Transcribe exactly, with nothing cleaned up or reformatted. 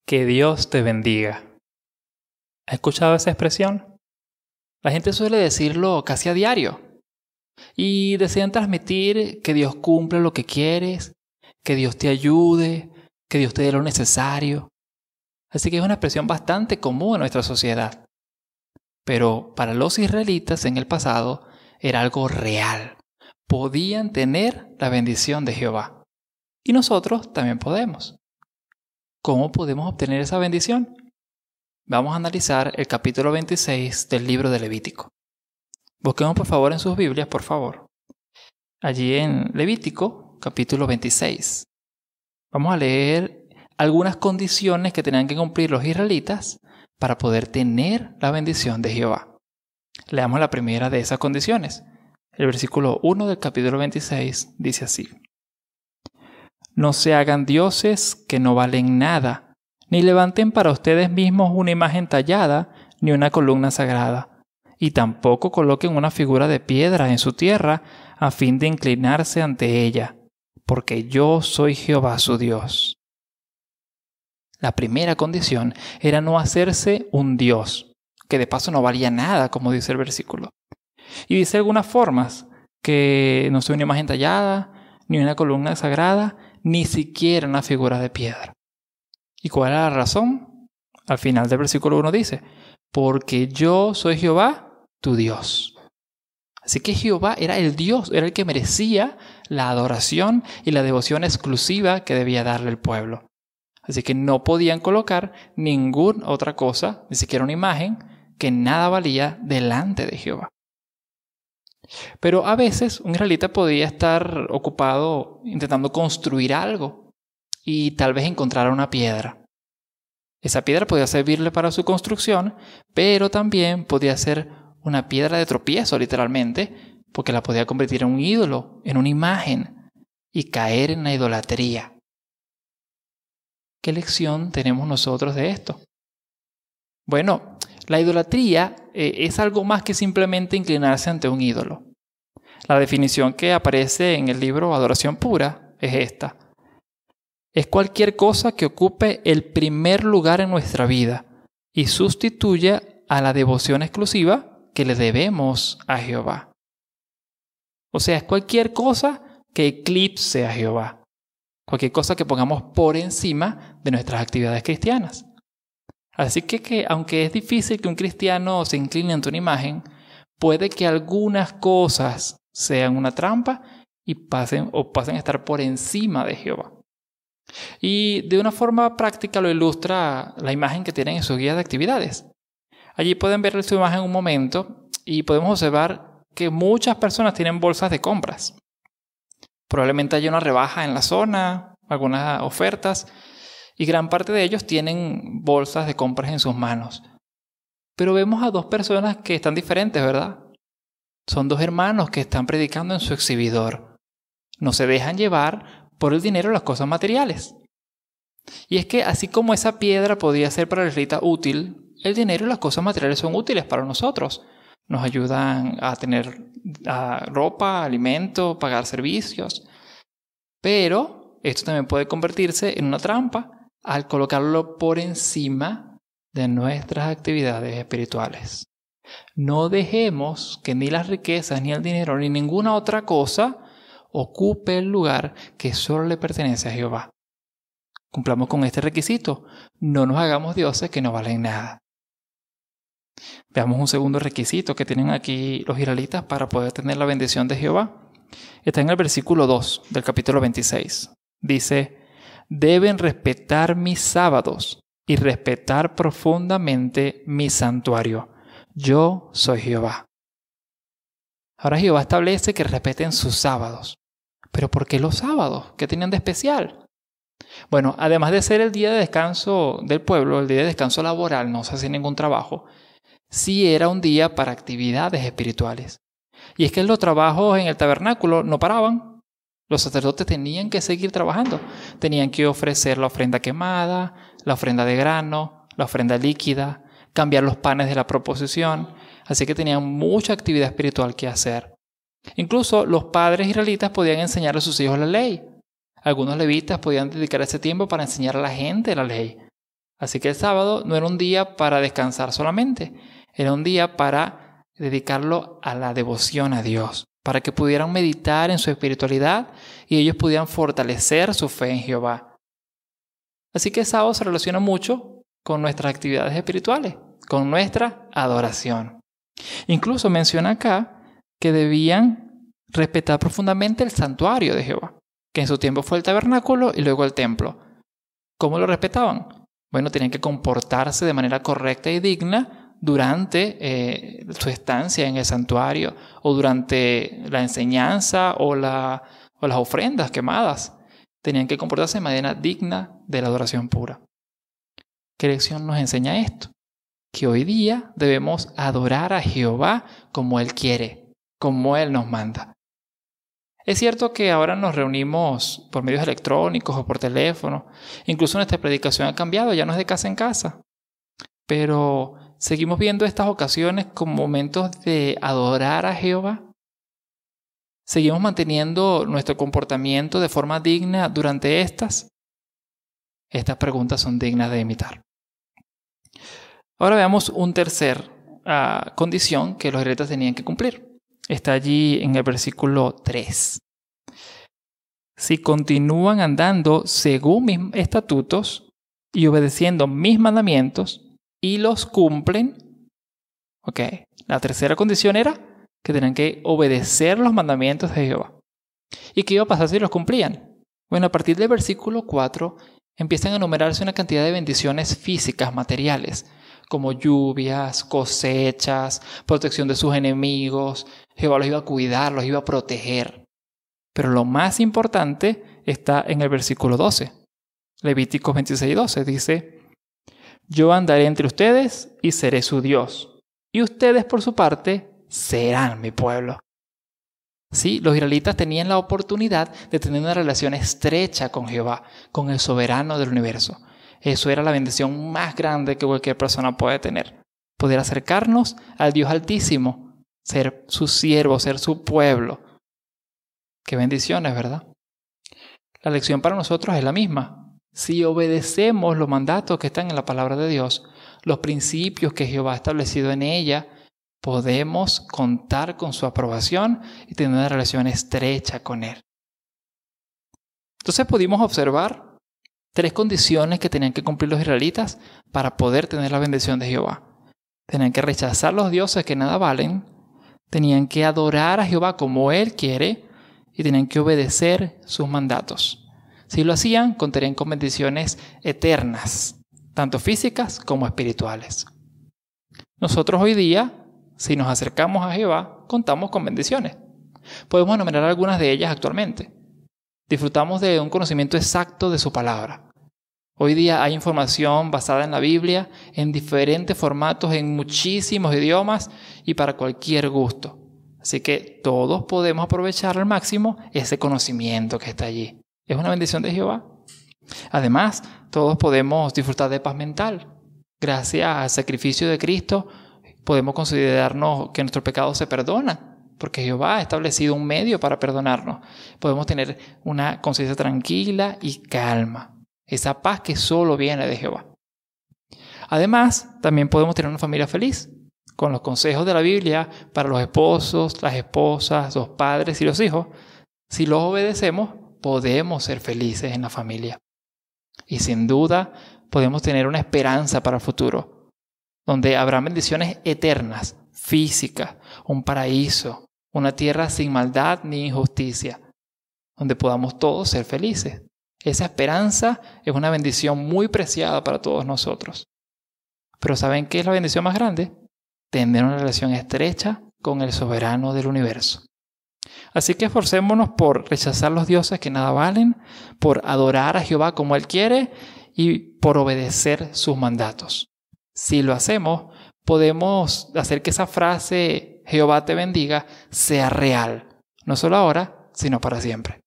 Que Dios te bendiga. ¿Has escuchado esa expresión? La gente suele decirlo casi a diario y desean transmitir que Dios cumple lo que quieres, que Dios te ayude, que Dios te dé lo necesario. Así que es una expresión bastante común en nuestra sociedad. Pero para los israelitas en el pasado era algo real. Podían tener la bendición de Jehová. Y nosotros también podemos. ¿Cómo podemos obtener esa bendición? Vamos a analizar el capítulo veintiséis del libro de Levítico. Busquemos por favor en sus Biblias, por favor. Allí en Levítico, capítulo veintiséis. Vamos a leer algunas condiciones que tenían que cumplir los israelitas para poder tener la bendición de Jehová. Leamos la primera de esas condiciones. El versículo uno del capítulo veintiséis dice así: No se hagan dioses que no valen nada, ni levanten para ustedes mismos una imagen tallada, ni una columna sagrada, y tampoco coloquen una figura de piedra en su tierra, a fin de inclinarse ante ella, porque yo soy Jehová su Dios. La primera condición era no hacerse un dios, que de paso no valía nada, como dice el versículo. Y dice algunas formas, que no sea una imagen tallada, ni una columna sagrada, ni siquiera una figura de piedra. ¿Y cuál es la razón? Al final del versículo uno dice: porque yo soy Jehová, tu Dios. Así que Jehová era el Dios, era el que merecía la adoración y la devoción exclusiva que debía darle el pueblo. Así que no podían colocar ninguna otra cosa, ni siquiera una imagen, que nada valía delante de Jehová. Pero a veces un israelita podía estar ocupado intentando construir algo y tal vez encontrar una piedra. Esa piedra podía servirle para su construcción, pero también podía ser una piedra de tropiezo, literalmente, porque la podía convertir en un ídolo, en una imagen, y caer en la idolatría. ¿Qué lección tenemos nosotros de esto? Bueno, la idolatría eh, es algo más que simplemente inclinarse ante un ídolo. La definición que aparece en el libro Adoración Pura es esta: es cualquier cosa que ocupe el primer lugar en nuestra vida y sustituya a la devoción exclusiva que le debemos a Jehová. O sea, es cualquier cosa que eclipse a Jehová. Cualquier cosa que pongamos por encima de nuestras actividades cristianas. Así que, que aunque es difícil que un cristiano se incline ante una imagen, puede que algunas cosas sean una trampa y pasen o pasen a estar por encima de Jehová. Y de una forma práctica lo ilustra la imagen que tienen en su guía de actividades. Allí pueden ver su imagen un momento y podemos observar que muchas personas tienen bolsas de compras. Probablemente haya una rebaja en la zona, algunas ofertas, y gran parte de ellos tienen bolsas de compras en sus manos. Pero vemos a dos personas que están diferentes, ¿verdad? Son dos hermanos que están predicando en su exhibidor. No se dejan llevar por el dinero y las cosas materiales. Y es que así como esa piedra podía ser para el israelita útil, el dinero y las cosas materiales son útiles para nosotros. Nos ayudan a tener a ropa, alimento, pagar servicios. Pero esto también puede convertirse en una trampa al colocarlo por encima de nuestras actividades espirituales. No dejemos que ni las riquezas, ni el dinero, ni ninguna otra cosa ocupe el lugar que solo le pertenece a Jehová. Cumplamos con este requisito. No nos hagamos dioses que no valen nada. Veamos un segundo requisito que tienen aquí los israelitas para poder tener la bendición de Jehová. Está en el versículo dos del capítulo veintiséis. Dice: deben respetar mis sábados y respetar profundamente mi santuario. Yo soy Jehová. Ahora Jehová establece que respeten sus sábados. ¿Pero por qué los sábados? ¿Qué tenían de especial? Bueno, además de ser el día de descanso del pueblo, el día de descanso laboral, no se hacía ningún trabajo, sí era un día para actividades espirituales. Y es que los trabajos en el tabernáculo no paraban. Los sacerdotes tenían que seguir trabajando. Tenían que ofrecer la ofrenda quemada, la ofrenda de grano, la ofrenda líquida, cambiar los panes de la proposición. Así que tenían mucha actividad espiritual que hacer. Incluso los padres israelitas podían enseñar a sus hijos la ley. Algunos levitas podían dedicar ese tiempo para enseñar a la gente la ley. Así que el sábado no era un día para descansar solamente, era un día para dedicarlo a la devoción a Dios, para que pudieran meditar en su espiritualidad y ellos pudieran fortalecer su fe en Jehová. Así que el sábado se relaciona mucho con nuestras actividades espirituales, con nuestra adoración. Incluso menciona acá que debían respetar profundamente el santuario de Jehová, que en su tiempo fue el tabernáculo y luego el templo. ¿Cómo lo respetaban? Bueno, tenían que comportarse de manera correcta y digna durante eh, su estancia en el santuario o durante la enseñanza o, la, o las ofrendas quemadas. Tenían que comportarse de manera digna de la adoración pura. ¿Qué lección nos enseña esto? Que hoy día debemos adorar a Jehová como Él quiere, como Él nos manda. Es cierto que ahora nos reunimos por medios electrónicos o por teléfono. Incluso nuestra predicación ha cambiado, ya no es de casa en casa. Pero seguimos viendo estas ocasiones como momentos de adorar a Jehová. ¿Seguimos manteniendo nuestro comportamiento de forma digna durante estas? Estas preguntas son dignas de imitar. Ahora veamos una tercera uh, condición que los israelitas tenían que cumplir. Está allí en el versículo tres. Si continúan andando según mis estatutos y obedeciendo mis mandamientos y los cumplen, ok, la tercera condición era que tenían que obedecer los mandamientos de Jehová. ¿Y qué iba a pasar si los cumplían? Bueno, a partir del versículo cuatro empiezan a enumerarse una cantidad de bendiciones físicas, materiales, como lluvias, cosechas, protección de sus enemigos. Jehová los iba a cuidar, los iba a proteger. Pero lo más importante está en el versículo doce. Levíticos veintiséis doce dice: Yo andaré entre ustedes y seré su Dios, y ustedes por su parte serán mi pueblo. Sí, los israelitas tenían la oportunidad de tener una relación estrecha con Jehová, con el soberano del universo. Eso era la bendición más grande que cualquier persona puede tener. Poder acercarnos al Dios Altísimo, ser su siervo, ser su pueblo. Qué bendiciones, ¿verdad? La lección para nosotros es la misma. Si obedecemos los mandatos que están en la palabra de Dios, los principios que Jehová ha establecido en ella, podemos contar con su aprobación y tener una relación estrecha con Él. Entonces pudimos observar tres condiciones que tenían que cumplir los israelitas para poder tener la bendición de Jehová. Tenían que rechazar los dioses que nada valen, tenían que adorar a Jehová como Él quiere y tenían que obedecer sus mandatos. Si lo hacían, contarían con bendiciones eternas, tanto físicas como espirituales. Nosotros hoy día, si nos acercamos a Jehová, contamos con bendiciones. Podemos enumerar algunas de ellas actualmente. Disfrutamos de un conocimiento exacto de su palabra. Hoy día hay información basada en la Biblia, en diferentes formatos, en muchísimos idiomas y para cualquier gusto. Así que todos podemos aprovechar al máximo ese conocimiento que está allí. ¿Es una bendición de Jehová? Además, todos podemos disfrutar de paz mental. Gracias al sacrificio de Cristo, podemos considerarnos que nuestros pecados se perdonan, porque Jehová ha establecido un medio para perdonarnos. Podemos tener una conciencia tranquila y calma. Esa paz que solo viene de Jehová. Además, también podemos tener una familia feliz, con los consejos de la Biblia para los esposos, las esposas, los padres y los hijos. Si los obedecemos, podemos ser felices en la familia. Y sin duda, podemos tener una esperanza para el futuro, donde habrá bendiciones eternas, físicas, un paraíso, una tierra sin maldad ni injusticia, donde podamos todos ser felices. Esa esperanza es una bendición muy preciada para todos nosotros. Pero ¿saben qué es la bendición más grande? Tener una relación estrecha con el soberano del universo. Así que esforcémonos por rechazar los dioses que nada valen, por adorar a Jehová como Él quiere y por obedecer sus mandatos. Si lo hacemos, podemos hacer que esa frase, Jehová te bendiga, sea real, no solo ahora, sino para siempre.